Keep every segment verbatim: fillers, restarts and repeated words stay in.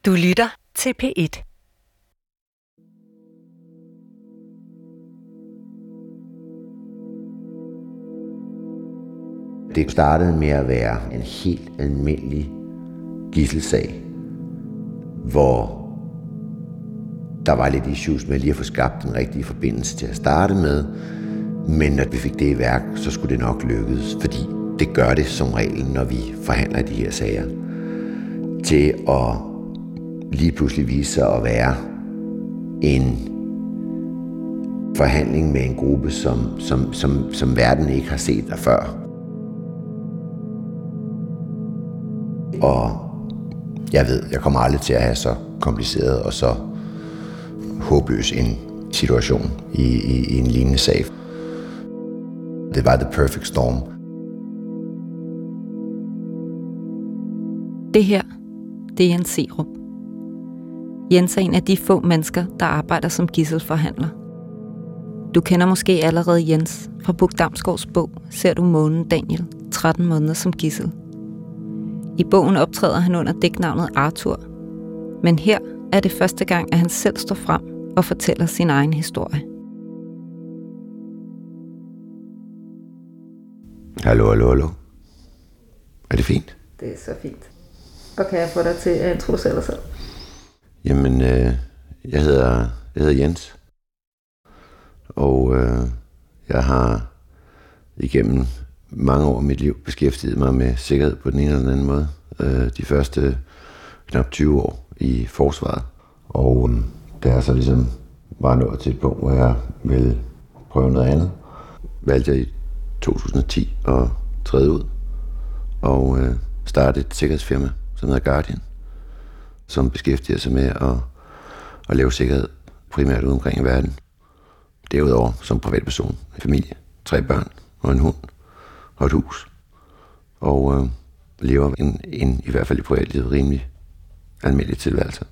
Du lytter til P et. Det startede med at være en helt almindelig gidselsag, hvor der var lidt issues med lige at få skabt den rigtige forbindelse til at starte med, men når vi fik det i værk, så skulle det nok lykkes, fordi det gør det som regel, når vi forhandler de her sager, til at lige pludselig vise sig at være en forhandling med en gruppe, som, som, som, som verden ikke har set der før. Og jeg ved, jeg kommer aldrig til at have så kompliceret og så håbløs en situation i, i, i en lignende sag. Det var the perfect storm. Det her, det er Jens Serup. Jens er en af de få mennesker, der arbejder som gidselforhandler. Du kender måske allerede Jens fra Buch Damsgaards bog Ser du månen, Daniel? tretten måneder som gidsel. I bogen optræder han under dæknavnet Arthur, men her er det første gang, at han selv står frem og fortæller sin egen historie. Hallo, hallo, hallo. Er det fint? Det er så fint. Og kan jeg få dig til at introducere dig selv? Jamen, øh, jeg, hedder, jeg hedder Jens, og øh, jeg har igennem mange år af mit liv beskæftiget mig med sikkerhed på den ene eller den anden måde. Øh, de første knap tyve år i forsvaret, og øh, da jeg så ligesom var nået til et punkt, hvor jeg ville prøve noget andet, valgte jeg i to tusind og ti at træde ud og øh, starte et sikkerhedsfirma, som hedder Guardian, som beskæftiger sig med at, at lave sikkerhed primært ude omkring i verden. Derudover som privatperson, en familie, tre børn og en hund og et hus. Og øh, lever en, en, i hvert fald i privatlivet, rimelig almindelig tilværelse.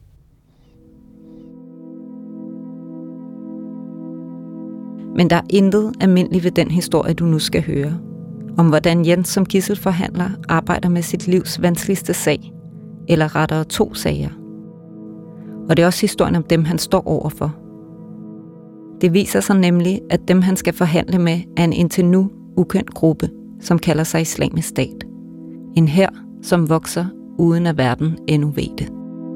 Men der er intet almindeligt ved den historie, du nu skal høre. Om hvordan Jens som gidselforhandler arbejder med sit livs vanskeligste sag, eller rettere to sager. Og det er også historien om dem, han står overfor. Det viser sig nemlig, at dem, han skal forhandle med, er en indtil nu ukendt gruppe, som kalder sig Islamisk Stat. En hær, som vokser, uden at verden endnu ved det.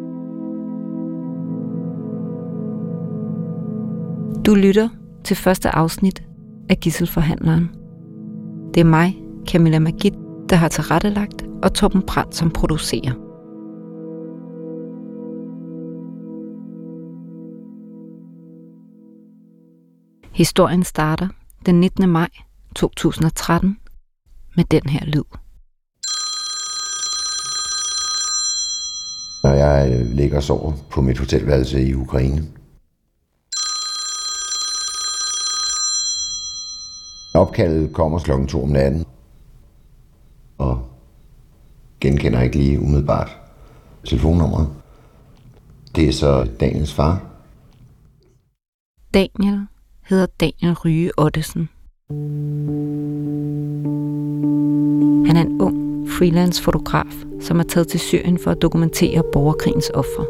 Du lytter til første afsnit af Gidselforhandleren. Det er mig, Camilla Magid, der har tilrettelagt, og Torben Brandt, som producerer. Historien starter den nittende maj to tusind og tretten med den her lyd. Når jeg ligger og sover på mit hotelværelse i Ukraine. Opkaldet kommer klokken to om natten, og genkender ikke lige umiddelbart telefonnummeret. Det er så Daniels far. Daniel hedder Daniel Rye Ottesen. Han er en ung freelance fotograf, som er taget til Syrien for at dokumentere borgerkrigens ofre.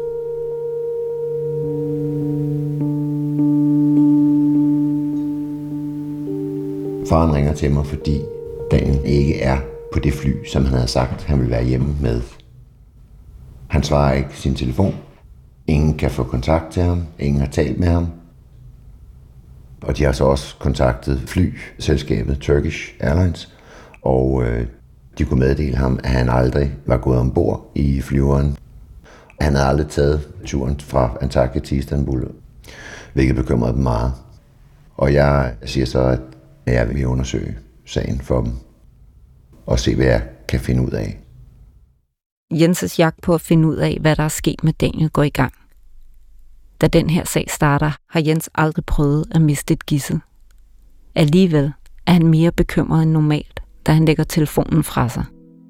Faren ringer til mig, fordi Daniel ikke er på det fly, som han havde sagt, han ville være hjemme med. Han svarer ikke sin telefon. Ingen kan få kontakt til ham. Ingen har talt med ham. Og de har så også kontaktet flyselskabet Turkish Airlines, og øh, de kunne meddele ham, at han aldrig var gået ombord i flyveren. Han havde aldrig taget turen fra Antakya til Istanbul, hvilket bekymrede dem meget. Og jeg siger så, at jeg vil undersøge sagen for dem og se, hvad jeg kan finde ud af. Jenses jagt på at finde ud af, hvad der er sket med Daniel, går i gang. Da den her sag starter, har Jens aldrig prøvet at miste et gidsel. Alligevel er han mere bekymret end normalt, da han lægger telefonen fra sig.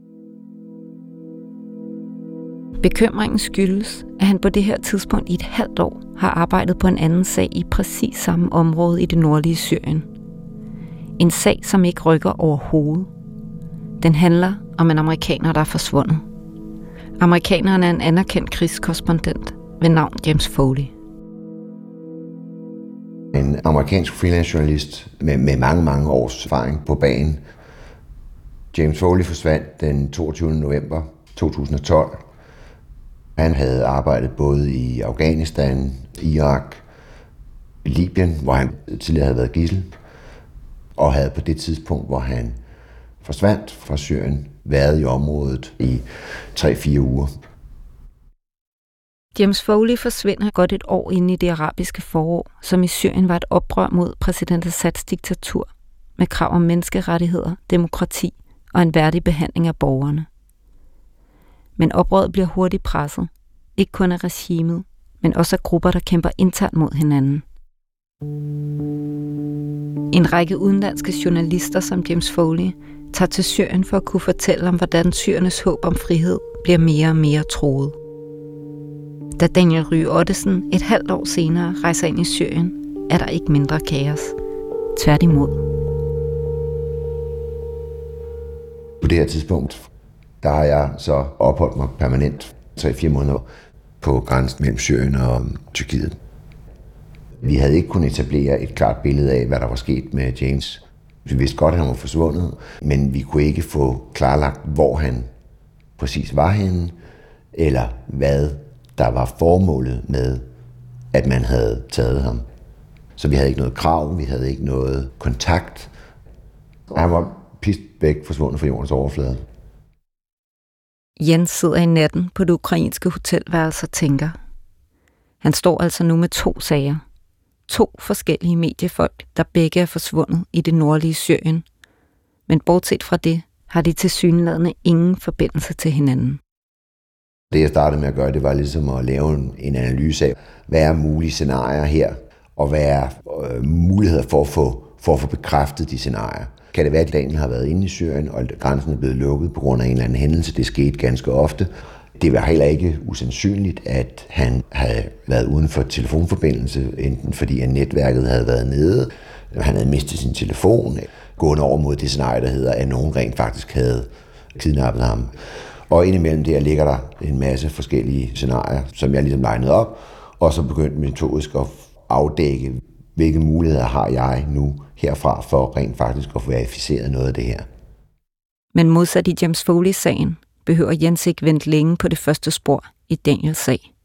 Bekymringen skyldes, at han på det her tidspunkt i et halvt år har arbejdet på en anden sag i præcis samme område i det nordlige Syrien. En sag, som ikke rykker overhovedet. Den handler om en amerikaner, der er forsvundet. Amerikaneren er en anerkendt krigskorrespondent ved navn James Foley. En amerikansk freelance-journalist med, med mange, mange års erfaring på banen. James Foley forsvandt den toogtyvende november to tusind og tolv. Han havde arbejdet både i Afghanistan, Irak, Libyen, hvor han tidligere havde været gidsel, og havde på det tidspunkt, hvor han forsvandt fra Syrien, været i området i tre fire uger. James Foley forsvinder godt et år inde i det arabiske forår, som i Syrien var et oprør mod præsident Assads diktatur, med krav om menneskerettigheder, demokrati og en værdig behandling af borgerne. Men oprøret bliver hurtigt presset, ikke kun af regimet, men også af grupper, der kæmper internt mod hinanden. En række udenlandske journalister som James Foley tager til Syrien for at kunne fortælle om, hvordan syrernes håb om frihed bliver mere og mere truet. Da Daniel Rye Ottesen et halvt år senere rejser ind i Syrien, er der ikke mindre kaos. Tværtimod. På det her tidspunkt, der har jeg så opholdt mig permanent tre fire måneder på grænsen mellem Syrien og Tyrkiet. Vi havde ikke kunnet etablere et klart billede af, hvad der var sket med James. Vi vidste godt, at han var forsvundet, men vi kunne ikke få klarlagt, hvor han præcis var henne, eller hvad der var formålet med, at man havde taget ham. Så vi havde ikke noget krav, vi havde ikke noget kontakt. Han var pist væk, forsvundet fra jordens overflade. Jens sidder i natten på det ukrainske hotelværelse og tænker. Han står altså nu med to sager. To forskellige mediefolk, der begge er forsvundet i det nordlige Syrien. Men bortset fra det, har de tilsyneladende ingen forbindelse til hinanden. Det jeg startede med at gøre, det var ligesom at lave en, en analyse af, hvad er mulige scenarier her, og hvad er øh, muligheder for at, få, for at få bekræftet de scenarier. Kan det være, at Daniel har været inde i Syrien, og grænsen er blevet lukket på grund af en eller anden hændelse? Det skete ganske ofte. Det var heller ikke usandsynligt, at han havde været uden for telefonforbindelse, enten fordi at netværket havde været nede, han havde mistet sin telefon, gående over mod det scenarie, der hedder, at nogen rent faktisk havde kidnappet ham. Og indimellem der ligger der en masse forskellige scenarier, som jeg ligesom legnede op, og så begyndte metodisk at afdække, hvilke muligheder har jeg nu herfra for rent faktisk at få verificeret noget af det her. Men modsat i James Foley-sagen, behøver Jens ikke vente længe på det første spor i Daniels sag.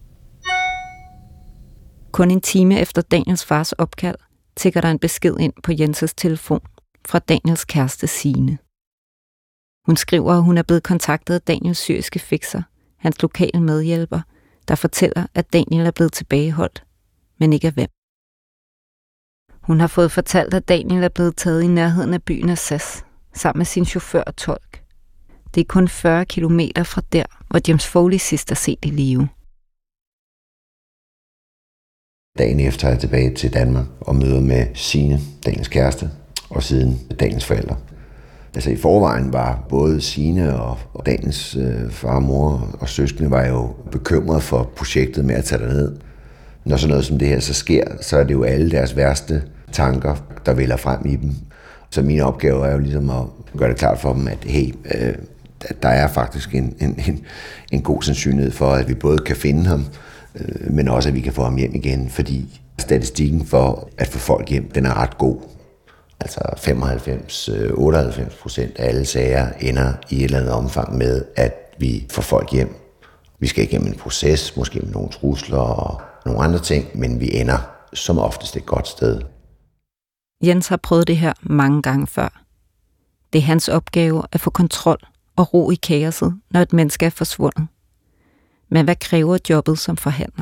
Kun en time efter Daniels fars opkald, tikker der en besked ind på Jenses telefon fra Daniels kæreste Signe. Hun skriver, at hun er blevet kontaktet af Daniels syriske fikser, hans lokale medhjælper, der fortæller, at Daniel er blevet tilbageholdt, men ikke af hvem. Hun har fået fortalt, at Daniel er blevet taget i nærheden af byen Assas, sammen med sin chauffør og tolk. Det er kun fyrre kilometer fra der, hvor James Foley sidst er set i live. Dagen efter er jeg tilbage til Danmark og møder med Signe, Daniels kæreste, og siden Daniels forældre. Altså i forvejen var både Signe og, og Daniels øh, far, mor og søskende var jo bekymrede for projektet med at tage derned. Når sådan noget som det her så sker, så er det jo alle deres værste tanker, der vælger frem i dem. Så min opgave er jo ligesom at gøre det klart for dem, at hey, øh, der er faktisk en, en, en, en god sandsynlighed for, at vi både kan finde ham, øh, men også at vi kan få ham hjem igen, fordi statistikken for at få folk hjem, den er ret god. Altså femoghalvfems til otteoghalvfems procent af alle sager ender i et eller andet omfang med, at vi får folk hjem. Vi skal igennem en proces, måske med nogle trusler og nogle andre ting, men vi ender som oftest et godt sted. Jens har prøvet det her mange gange før. Det er hans opgave at få kontrol og ro i kaoset, når et menneske er forsvundet. Men hvad kræver jobbet som forhandler?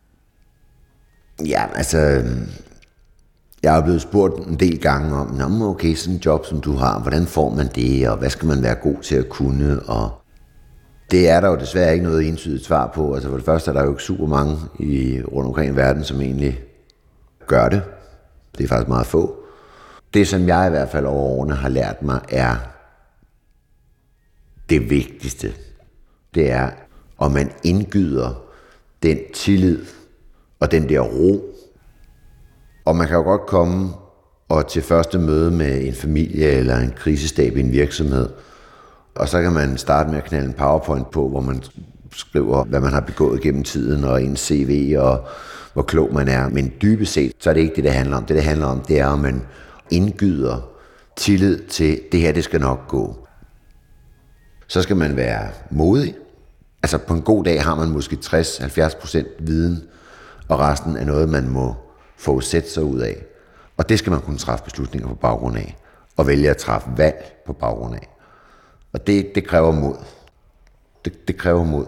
Ja, altså, jeg er blevet spurgt en del gange om, nå, okay, sådan en job, som du har, hvordan får man det, og hvad skal man være god til at kunne, og det er der jo desværre ikke noget entydigt svar på. Altså for det første er der jo ikke super mange i, rundt omkring i verden, som egentlig gør det. Det er faktisk meget få. Det, som jeg i hvert fald over årene har lært mig, er det vigtigste. Det er, om man indgyder den tillid og den der ro. Og man kan jo godt komme og til første møde med en familie eller en krisestab i en virksomhed, Og så kan man starte med at knalde en PowerPoint på, hvor man skriver, hvad man har begået gennem tiden, og ens C V, og hvor klog man er. Men dybest set, så er det ikke det, det handler om. Det, det handler om, det er, at man indgyder tillid til, det her, det skal nok gå. Så skal man være modig. Altså på en god dag har man måske tres til halvfjerds procent viden, og resten er noget, man må forudsætte sig ud af. Og det skal man kunne træffe beslutninger på baggrund af, og vælge at træffe valg på baggrund af. Og det, det kræver mod. Det, det kræver mod.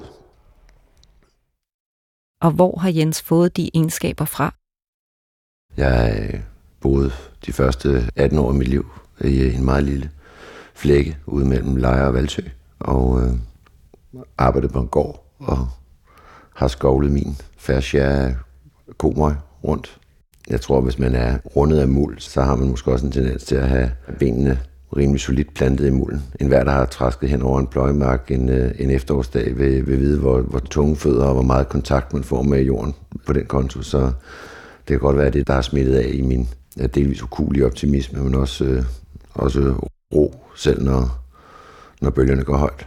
Og hvor har Jens fået de egenskaber fra? Jeg boede de første atten år af mit liv i en meget lille flække ude mellem Lejre og Valsø, og øh, arbejdede på en gård og har skovlet min fair share af komøg rundt. Jeg tror, hvis man er rundet af muld, så har man måske også en tendens til at have benene rimelig solidt plantet i mulden. En hver, der har træsket hen over en pløjemark en, en efterårsdag, vil, vil vide, hvor, hvor tunge fødder og hvor meget kontakt man får med jorden på den konto. Så det kan godt være det, der har smittet af i min delvis ukuelige optimisme, men også, øh, også ro, selv når, når bølgerne går højt.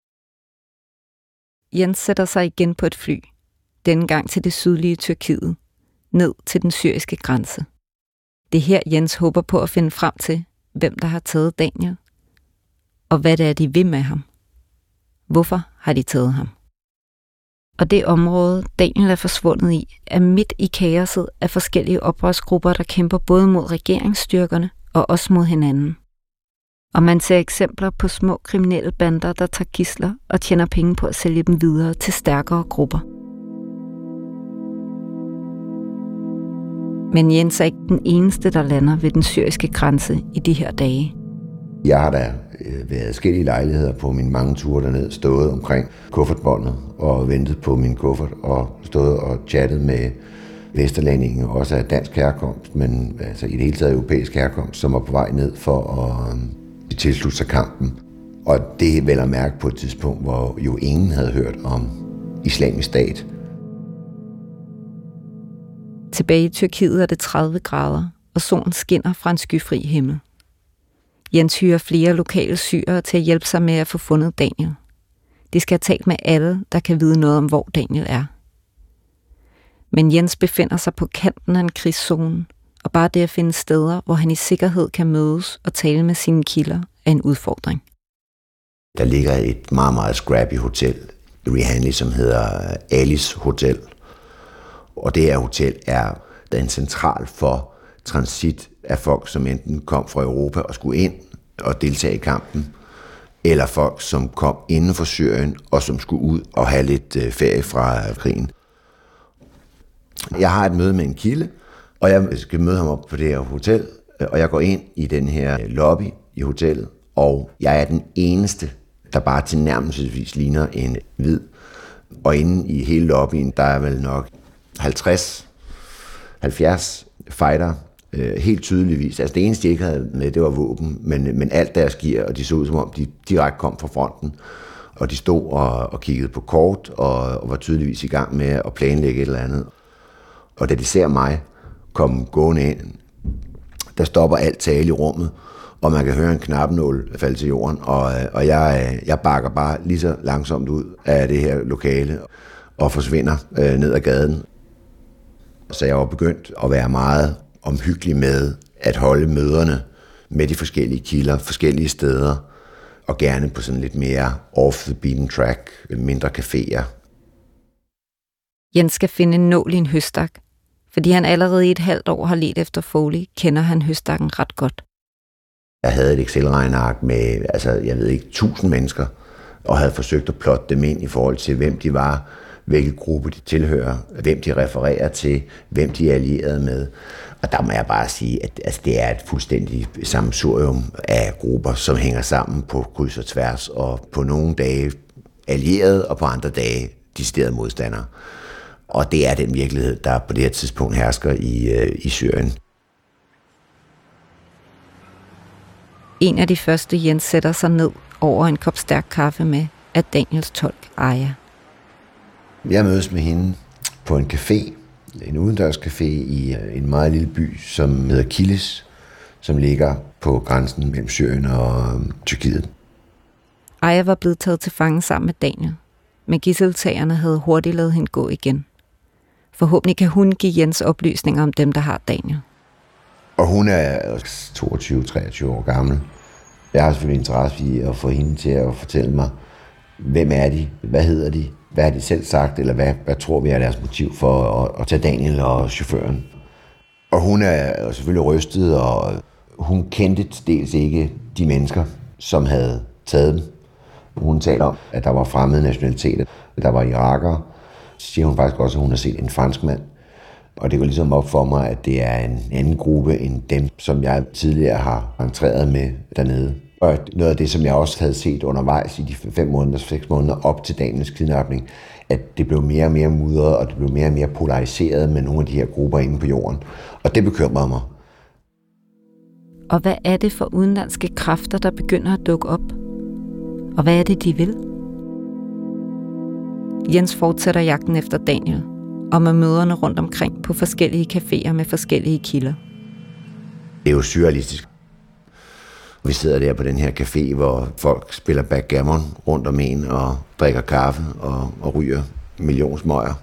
Jens sætter sig igen på et fly, denne gang til det sydlige Tyrkiet, ned til den syriske grænse. Det er her, Jens håber på at finde frem til, hvem der har taget Daniel, og hvad det er, de vil med ham. Hvorfor har de taget ham? Og det område, Daniel er forsvundet i, er midt i kaoset af forskellige oprørsgrupper, der kæmper både mod regeringsstyrkerne og også mod hinanden. Og man ser eksempler på små kriminelle bander, der tager gidsler og tjener penge på at sælge dem videre til stærkere grupper. Men Jens er ikke den eneste, der lander ved den syriske grænse i de her dage. Jeg har da været forskellige lejligheder på mine mange ture derned, stået omkring kuffertbåndet og ventet på min kuffert og stået og chattet med vesterlændinge, også af dansk herkomst, men altså i det hele taget europæisk herkomst, som var på vej ned for at øh, tilslutte sig kampen. Og det er vel at mærke på et tidspunkt, hvor jo ingen havde hørt om Islamisk Stat. Tilbage i Tyrkiet er det tredive grader, og solen skinner fra en skyfri himmel. Jens hyrer flere lokale syrere til at hjælpe sig med at få fundet Daniel. De skal have talt med alle, der kan vide noget om, hvor Daniel er. Men Jens befinder sig på kanten af en krigszone, og bare det at finde steder, hvor han i sikkerhed kan mødes og tale med sine kilder, er en udfordring. Der ligger et meget, meget scrappy hotel i Rihani, som hedder Alice Hotel. Og det her hotel er en central for transit af folk, som enten kom fra Europa og skulle ind og deltage i kampen, eller folk, som kom inden for Syrien og som skulle ud og have lidt ferie fra krigen. Jeg har et møde med en kilde, og jeg skal møde ham op på det her hotel, og jeg går ind i den her lobby i hotellet, og jeg er den eneste, der bare tilnærmelsesvis ligner en hvid. Og inde i hele lobbyen, der er vel nok halvtreds halvfjerds fighter, øh, helt tydeligvis. Altså det eneste, de ikke havde med, det var våben, men, men alt deres gear, og de så ud som om, de direkte kom fra fronten. Og de stod og, og kiggede på kort, og, og var tydeligvis i gang med at planlægge et eller andet. Og da de ser mig komme gående ind, der stopper alt tale i rummet, og man kan høre en knappenål falde til jorden, og, og jeg, jeg bakker bare lige så langsomt ud af det her lokale, og forsvinder øh, ned ad gaden. Så jeg var begyndt at være meget omhyggelig med at holde møderne med de forskellige kilder, forskellige steder, og gerne på sådan lidt mere off the beaten track, mindre caféer. Jens skal finde en nål i en høstak. Fordi han allerede i et halvt år har ledt efter Foley, kender han høstakken ret godt. Jeg havde et Excel-regneark med, altså jeg ved ikke, tusind mennesker, og havde forsøgt at plotte dem ind i forhold til, hvem de var, hvilke gruppe de tilhører, hvem de refererer til, hvem de er allieret med. Og der må jeg bare sige, at altså, det er et fuldstændig sammensurium af grupper, som hænger sammen på kryds og tværs, og på nogle dage allierede, og på andre dage deciderede modstandere. Og det er den virkelighed, der på det her tidspunkt hersker i, øh, i Syrien. En af de første, Jens sætter sig ned over en kop stærk kaffe med, er Daniels tolk, Aya. Jeg mødes med hende på en café, en udendørscafé i en meget lille by, som hedder Kilis, som ligger på grænsen mellem Syrien og Tyrkiet. Aya var blevet taget til fange sammen med Daniel, men gidseltagerne havde hurtigt ladet hende gå igen. Forhåbentlig kan hun give Jens oplysninger om dem, der har Daniel. Og hun er toogtyve til treogtyve år gammel. Jeg har selvfølgelig interesse i at få hende til at fortælle mig, hvem er de, hvad hedder de, hvad har de selv sagt, eller hvad, hvad tror vi er deres motiv for at, at tage Daniel og chaufføren. Og hun er selvfølgelig rystet, og hun kendte dels ikke de mennesker, som havde taget dem. Hun taler om, at der var fremmede nationaliteter, der var irakere. Så siger hun faktisk også, at hun har set en franskmand. Og det går ligesom op for mig, at det er en anden gruppe end dem, som jeg tidligere har entreret med dernede. Og noget af det, som jeg også havde set undervejs i de fem måneder, seks måneder op til Daniels kidnapning, at det blev mere og mere mudret, og det blev mere og mere polariseret med nogle af de her grupper inde på jorden. Og det bekymrede mig. Og hvad er det for udenlandske kræfter, der begynder at dukke op? Og hvad er det, de vil? Jens fortsætter jagten efter Daniel, og med møderne rundt omkring på forskellige caféer med forskellige kilder. Det er jo surrealistisk. Vi sidder der på den her café, hvor folk spiller backgammon rundt om en og drikker kaffe og, og ryger millionsmøger.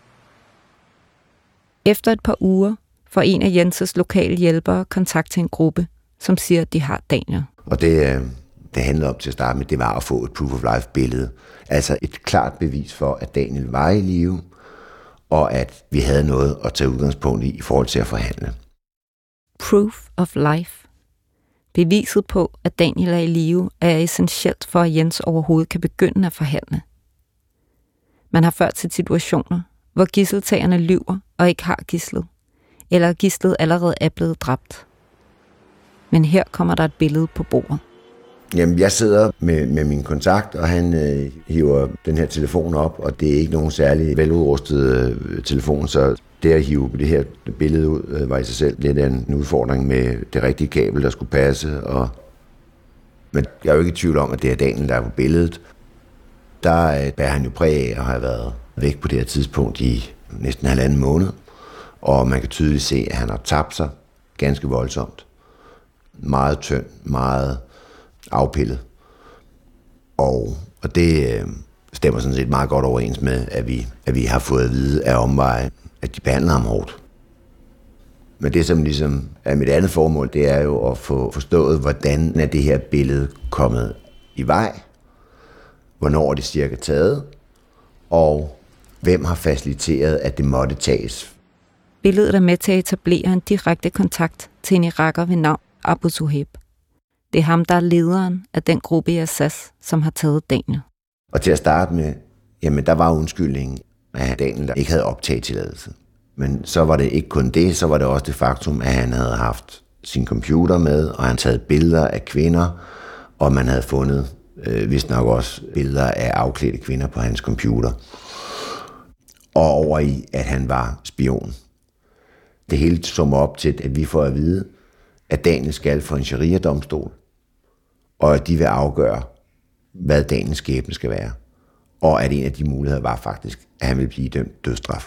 Efter et par uger får en af Jenses lokale hjælpere kontakt til en gruppe, som siger, at de har Daniel. Og det, det handlede om til at starte med, det var at få et proof of life billede. Altså et klart bevis for, at Daniel var i live, og at vi havde noget at tage udgangspunkt i i forhold til at forhandle. Proof of life. Beviset på, at Daniel er i live, er essentielt for, at Jens overhovedet kan begynde at forhandle. Man har ført til situationer, hvor gidseltagerne lyver og ikke har gidslet, eller gidslet allerede er blevet dræbt. Men her kommer der et billede på bordet. Jamen, jeg sidder med, med min kontakt, og han øh, hiver den her telefon op, og det er ikke nogen særlig veludrustet øh, telefon, så det at hive det her billede ud, øh, var i sig selv lidt af en udfordring med det rigtige kabel, der skulle passe. Og... Men jeg er jo ikke i tvivl om, at det er Daniel, der er på billedet. Der øh, bærer han jo præg af at have været væk på det her tidspunkt i næsten halvanden måned, og man kan tydeligt se, at han har tabt sig ganske voldsomt. Meget tynd, meget afpillet. Og, og det øh, stemmer sådan set meget godt overens med, at vi, at vi har fået at vide af omveje, at de behandler ham hårdt. Men det, som ligesom er mit andet formål, det er jo at få forstået, hvordan er det her billede kommet i vej, hvornår er det cirka taget, og hvem har faciliteret, at det måtte tages. Billedet er med til at etablere en direkte kontakt til en iraker ved navn Abu Zuhaib. Det er ham, der er lederen af den gruppe i Assas, som har taget Daniel. Og til at starte med, jamen der var undskyldningen af Daniel, der ikke havde optagetilladelse. Men så var det ikke kun det, så var det også det faktum, at han havde haft sin computer med, og han havde taget billeder af kvinder, og man havde fundet øh, vist nok også billeder af afklædte kvinder på hans computer. Og over i, at han var spion. Det hele summer op til, at vi får at vide, at Daniel skal for en sharia-domstol, og at de vil afgøre, hvad Daniels skæbne skal være. Og at en af de muligheder var faktisk, at han ville blive dømt dødsstraf.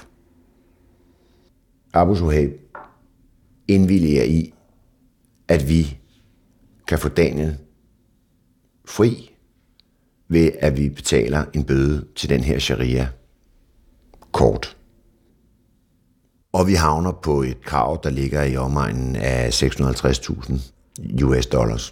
Abu Zuhaib indvilliger i, at vi kan få Daniel fri, ved at vi betaler en bøde til den her sharia-kort. Og vi havner på et krav, der ligger i omegnen af seks hundrede og halvtreds tusind U S dollars.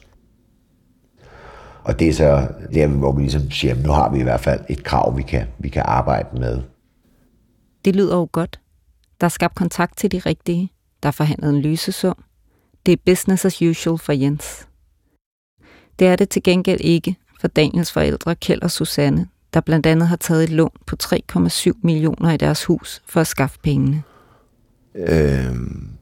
Og det er så der, hvor vi ligesom siger, nu har vi i hvert fald et krav, vi kan, vi kan arbejde med. Det lyder jo godt. Der er skabt kontakt til de rigtige. Der er forhandlet en løsesum. Det er business as usual for Jens. Det er det til gengæld ikke for Daniels forældre, Kjeld og Susanne, der blandt andet har taget et lån på tre komma syv millioner i deres hus for at skaffe pengene. Øh,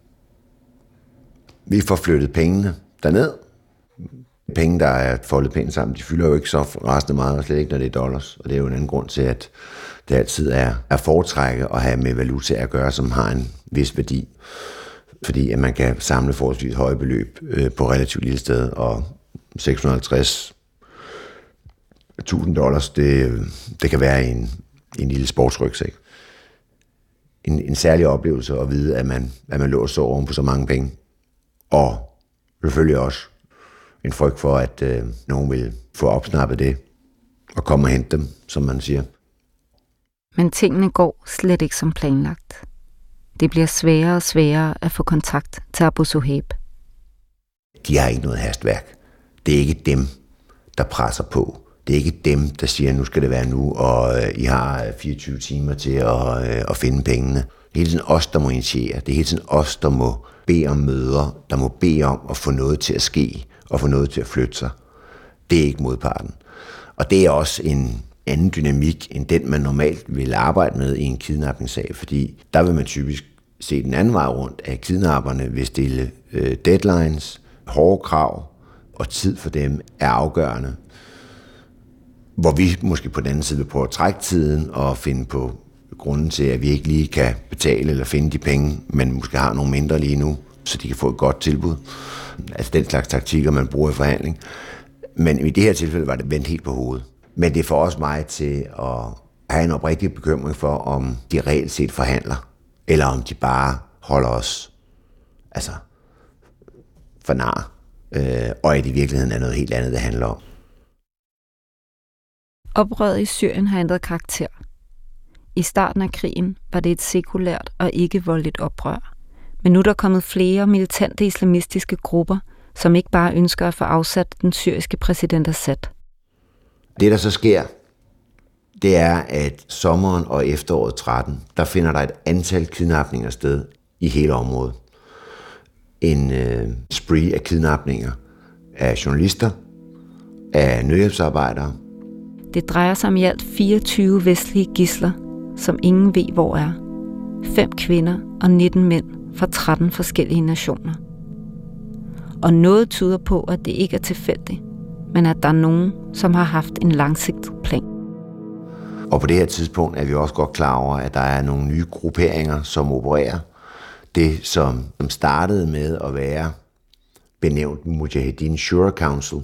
vi får flyttet pengene derned. Penge, der er foldet pænt sammen, de fylder jo ikke så resten meget, og slet ikke, når det er dollars. Og det er jo en anden grund til, at det altid er at foretrække at have med valuta at gøre, som har en vis værdi. Fordi at man kan samle forholdsvis høje beløb øh, på relativt lille sted, og seks hundrede og halvtreds tusind dollars, det, det kan være en, en lille sportsrygsæk. En, en særlig oplevelse at vide, at man, at man lå og så oven på så mange penge. Og selvfølgelig også en frygt for, at øh, nogen vil få opsnappet det. og komme og hente dem, som man siger. Men tingene går slet ikke som planlagt. Det bliver sværere og sværere at få kontakt til Abu Suhaib. De har ikke noget hastværk. Det er ikke dem, der presser på. Det er ikke dem, der siger, at nu skal det være nu, og I har fireogtyve timer til at, at finde pengene. Det er hele tiden os, der må initiere. Det er hele tiden os, der må bede om møder, der må bede om at få noget til at ske, og få noget til at flytte sig. Det er ikke modparten. Og det er også en anden dynamik, end den, man normalt vil arbejde med i en kidnapningssag, fordi der vil man typisk se den anden vej rundt, at kidnapperne vil stille øh, deadlines, hårde krav, og tid for dem er afgørende. Hvor vi måske på den anden side vil prøve at trække tiden og finde på grunden til, at vi ikke lige kan betale eller finde de penge, men måske har nogle mindre lige nu, så de kan få et godt tilbud. Altså den slags taktikker, man bruger i forhandling. Men i det her tilfælde var det vendt helt på hovedet. Men det får også mig til at have en oprigtig bekymring for, om de reelt set forhandler, eller om de bare holder os altså for nar, øh, og at i virkeligheden er noget helt andet, det handler om. Oprøret i Syrien har ændret karakter. I starten af krigen var det et sekulært og ikke voldeligt oprør. Men nu er der kommet flere militante islamistiske grupper, som ikke bare ønsker at få afsat den syriske præsident Assad. Det, der så sker, det er, at sommeren og efteråret tretten, der finder der et antal kidnapninger sted i hele området. En øh, spree af kidnapninger af journalister, af nødhjælpsarbejdere. Det drejer sig om i alt fireogtyve vestlige gidsler, som ingen ved, hvor er. Fem kvinder og nitten mænd fra tretten forskellige nationer. Og noget tyder på, at det ikke er tilfældigt, men at der er nogen, som har haft en langsigtet plan. Og på det her tidspunkt er vi også godt klar over, at der er nogle nye grupperinger, som opererer. Det, som startede med at være benævnt Mujahedin Shura Council,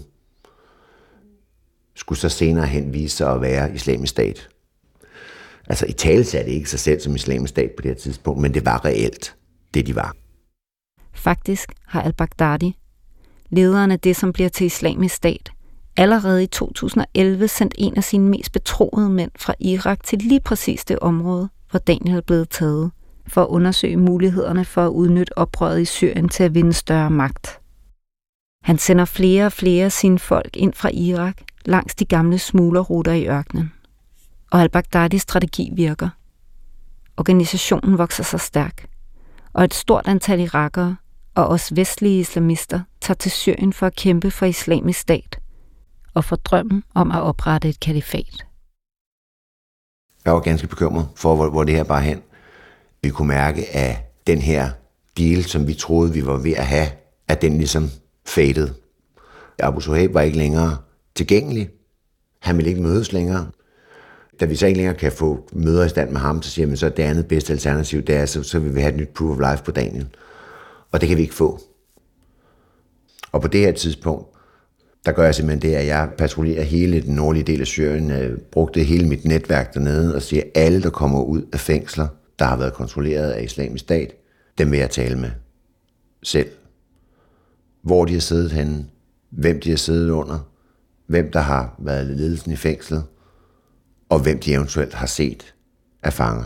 skulle så senere hen vise sig at være Islamisk Stat. Altså i tale satte det ikke sig selv som Islamisk Stat på det her tidspunkt, men det var reelt, det de var. Faktisk har al-Baghdadi, lederen af det, som bliver til Islamisk Stat, allerede i to tusind og elleve sendt en af sine mest betroede mænd fra Irak til lige præcis det område, hvor Daniel er blevet taget, for at undersøge mulighederne for at udnytte oprøret i Syrien til at vinde større magt. Han sender flere og flere af sine folk ind fra Irak langs de gamle smuglerruter i ørkenen. Og al-Baghdadis strategi virker. Organisationen vokser sig stærk, og et stort antal irakere og også vestlige islamister tager til Syrien for at kæmpe for Islamisk Stat og for drømmen om at oprette et kalifat. Jeg var ganske bekymret for, hvor, hvor det her bare hen. Vi kunne mærke, at den her deal, som vi troede, vi var ved at have, at den ligesom faded. Abu Suhaib var ikke længere tilgængelig. Han ville ikke mødes længere. Da vi så ikke længere kan få møder i stand med ham, så siger man så, at det andet bedste alternativ, det er, så, så vil vi have et nyt proof of life på Daniel. Og det kan vi ikke få. Og på det her tidspunkt, der gør jeg simpelthen det, at jeg patruljerer hele den nordlige del af Syrien, øh, brugte hele mit netværk dernede, og siger, at alle, der kommer ud af fængsler, der har været kontrolleret af Islamisk Stat, dem vil jeg tale med selv. Hvor de har siddet henne, hvem de har siddet under, hvem der har været ledelsen i fængslet, og hvem de eventuelt har set af fanger.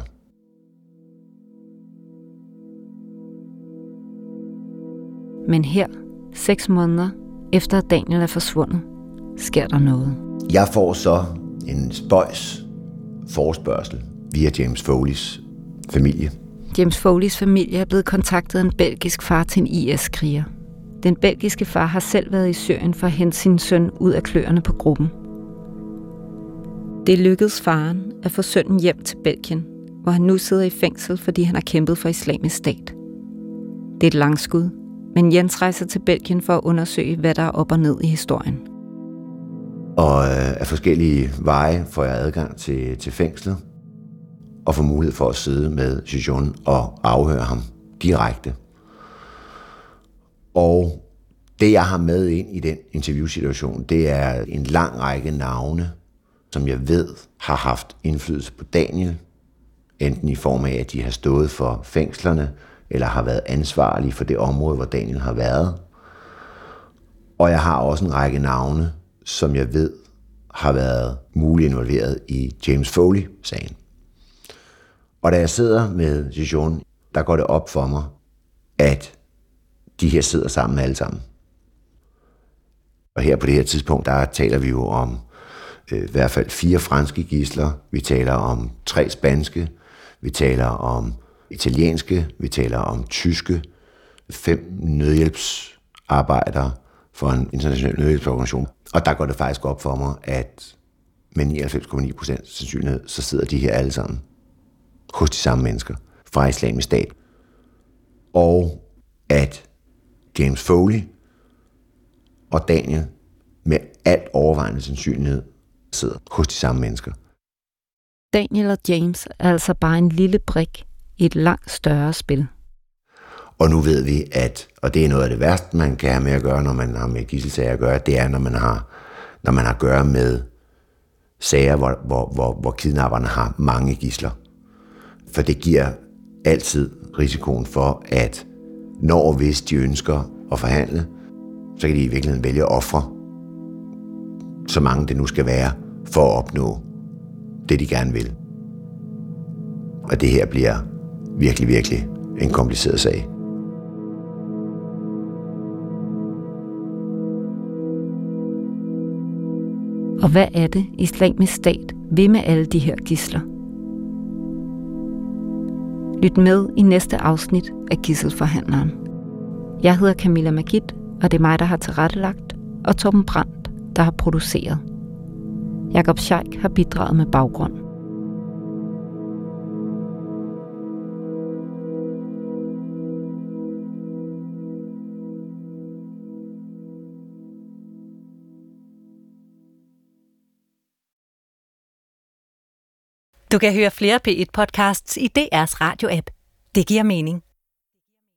Men her, seks måneder efter at Daniel er forsvundet, sker der noget. Jeg får så en spøjs forespørgsel via James Foleys familie. James Foleys familie er blevet kontaktet af en belgisk far til en I S-kriger. Den belgiske far har selv været i Syrien for at hente sin søn ud af kløerne på gruppen. Det lykkedes faren at få sønnen hjem til Belgien, hvor han nu sidder i fængsel, fordi han har kæmpet for Islamisk Stat. Det er et langskud, men Jens rejser til Belgien for at undersøge, hvad der er op og ned i historien. Og øh, af forskellige veje får jeg adgang til, til fængslet, og får mulighed for at sidde med Sijun og afhøre ham direkte. Og det, jeg har med ind i den interviewsituation, det er en lang række navne, som jeg ved har haft indflydelse på Daniel, enten i form af, at de har stået for fængslerne, eller har været ansvarlige for det område, hvor Daniel har været. Og jeg har også en række navne, som jeg ved har været muligt involveret i James Foley-sagen. Og da jeg sidder med Gijon, der går det op for mig, at de her sidder sammen alle sammen. Og her på det her tidspunkt, der taler vi jo om øh, i hvert fald fire franske gidsler, vi taler om tre spanske, vi taler om italienske, vi taler om tyske, fem nødhjælpsarbejdere for en international nødhjælpsorganisation. Og der går det faktisk op for mig, at med nioghalvfems komma ni procent sandsynlighed, så sidder de her alle sammen hos de samme mennesker fra Islamisk Stat. Og at James Foley og Daniel med alt overvejende sandsynlighed sidder hos de samme mennesker. Daniel og James er altså bare en lille brik i et langt større spil. Og nu ved vi, at, og det er noget af det værste, man kan have med at gøre, når man har med gidselsager at gøre, det er, når man har, når man har at gøre med sager, hvor, hvor, hvor, hvor kidnapperne har mange gidsler. For det giver altid risikoen for, at når og hvis de ønsker at forhandle, så kan de i virkeligheden vælge at ofre så mange det nu skal være, for at opnå det, de gerne vil. Og det her bliver virkelig, virkelig en kompliceret sag. Og hvad er det, Islamisk Stat vil med alle de her gidsler? Lyt med i næste afsnit af Gidselforhandleren. Jeg hedder Camilla Magid, og det er mig, der har tilrettelagt, og Torben Brandt, der har produceret. Jakob Scheik har bidraget med baggrund. Du kan høre flere P et podcasts i D R's radio-app. Det giver mening.